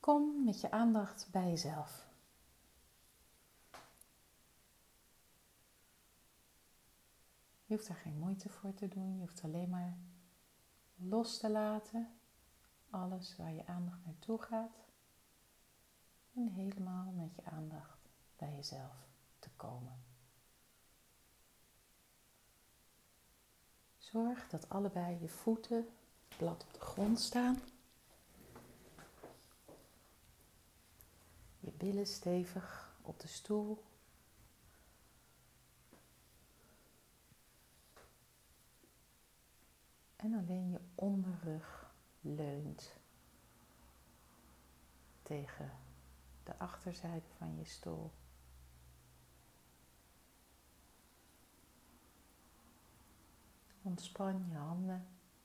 Kom met je aandacht bij jezelf. Je hoeft daar geen moeite voor te doen. Je hoeft alleen maar los te laten. Alles waar je aandacht naartoe gaat. En helemaal met je aandacht bij jezelf te komen. Zorg dat allebei je voeten plat op de grond staan. Je billen stevig op de stoel. En alleen je onderrug leunt tegen de achterzijde van je stoel. Ontspan je handen.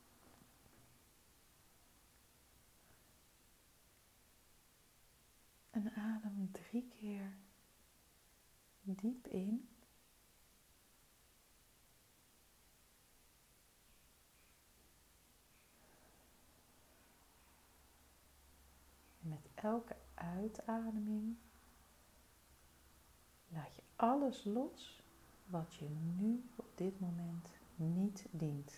En adem 3 keer diep in. En met elke uitademing laat je alles los wat je nu op dit moment niet dient.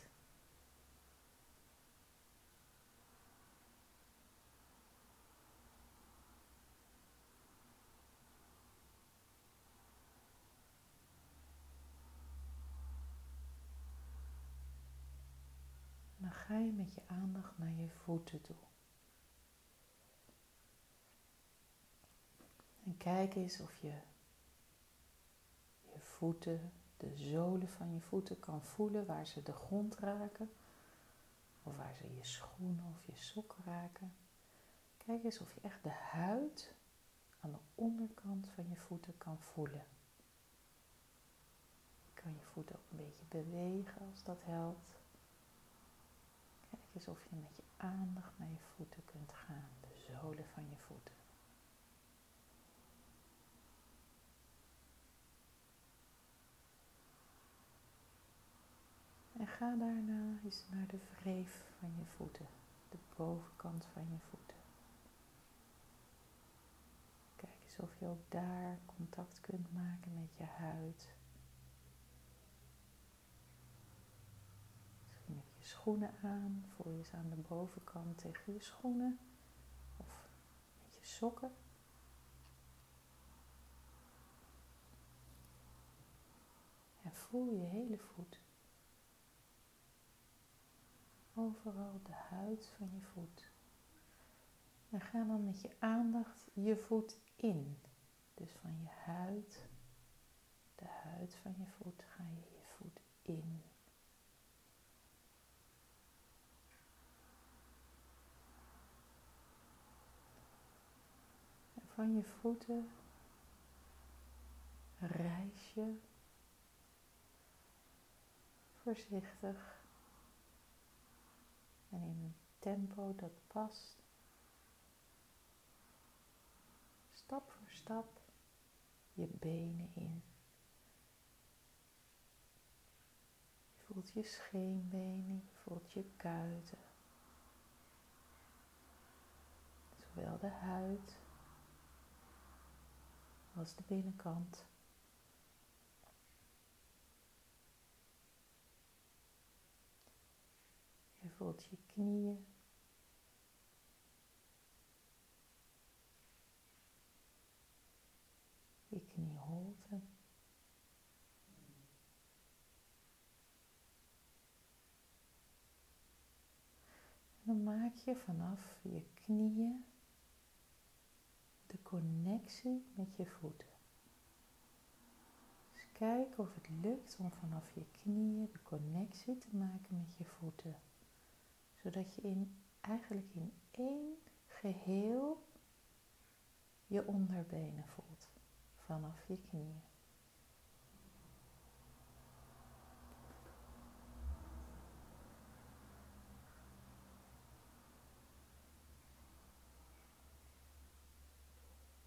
Dan ga je met je aandacht naar je voeten toe. En kijk eens of je voeten, de zolen van je voeten kan voelen waar ze de grond raken. Of waar ze je schoenen of je sokken raken. Kijk eens of je echt de huid aan de onderkant van je voeten kan voelen. Je kan je voeten ook een beetje bewegen als dat helpt. Kijk eens of je met je aandacht naar je voeten kunt gaan, de zolen van je voeten. En ga daarna eens naar de wreef van je voeten, de bovenkant van je voeten. Kijk eens of je ook daar contact kunt maken met je huid. Misschien heb je schoenen aan, voel je ze aan de bovenkant tegen je schoenen of met je sokken. En voel je hele voet. Overal de huid van je voet. En ga dan met je aandacht je voet in. Dus van je huid, de huid van je voet, ga je voet in. En van je voeten reis je voorzichtig en in een tempo dat past. Stap voor stap je benen in. Je voelt je scheenbenen, je voelt je kuiten. Zowel de huid als de binnenkant. Je voelt je knieën. Je knieholte. En dan maak je vanaf je knieën de connectie met je voeten. Dus kijk of het lukt om vanaf je knieën de connectie te maken met je voeten. Zodat je eigenlijk in één geheel je onderbenen voelt vanaf je knieën.